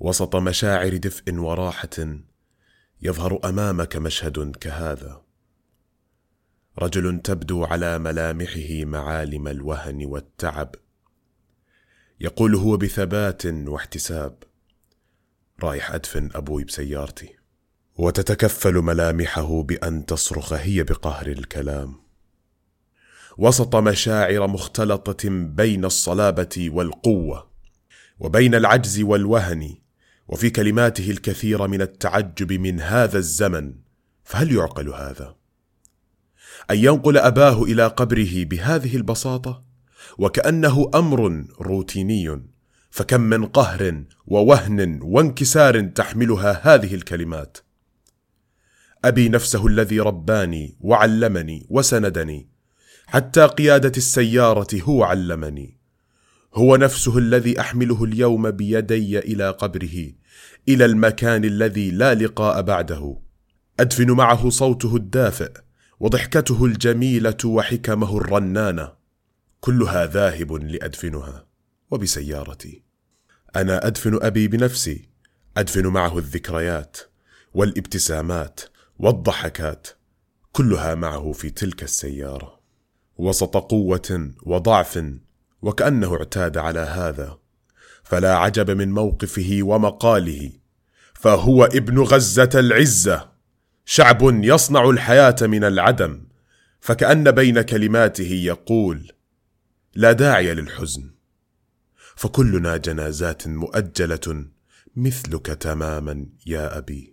وسط مشاعر دفء وراحة يظهر أمامك مشهد كهذا: رجل تبدو على ملامحه معالم الوهن والتعب، يقول هو بثبات واحتساب: رايح أدفن أبوي بسيارتي. وتتكفل ملامحه بأن تصرخ هي بقهر الكلام، وسط مشاعر مختلطة بين الصلابة والقوة وبين العجز والوهن، وفي كلماته الكثير من التعجب من هذا الزمن. فهل يعقل هذا؟ أن ينقل أباه إلى قبره بهذه البساطة وكأنه أمر روتيني؟ فكم من قهر ووهن وانكسار تحملها هذه الكلمات. أبي نفسه الذي رباني وعلمني وسندني حتى قيادة السيارة، هو علمني، هو نفسه الذي أحمله اليوم بيدي إلى قبره، إلى المكان الذي لا لقاء بعده، أدفن معه صوته الدافئ وضحكته الجميلة وحكمه الرنانة، كلها ذاهب لأدفنها وبسيارتي. أنا أدفن أبي بنفسي، أدفن معه الذكريات والابتسامات والضحكات، كلها معه في تلك السيارة، وسط قوة وضعف، وكأنه اعتاد على هذا. فلا عجب من موقفه ومقاله، فهو ابن غزة العزة، شعب يصنع الحياة من العدم. فكأن بين كلماته يقول: لا داعي للحزن، فكلنا جنازات مؤجلة مثلك تماما يا أبي.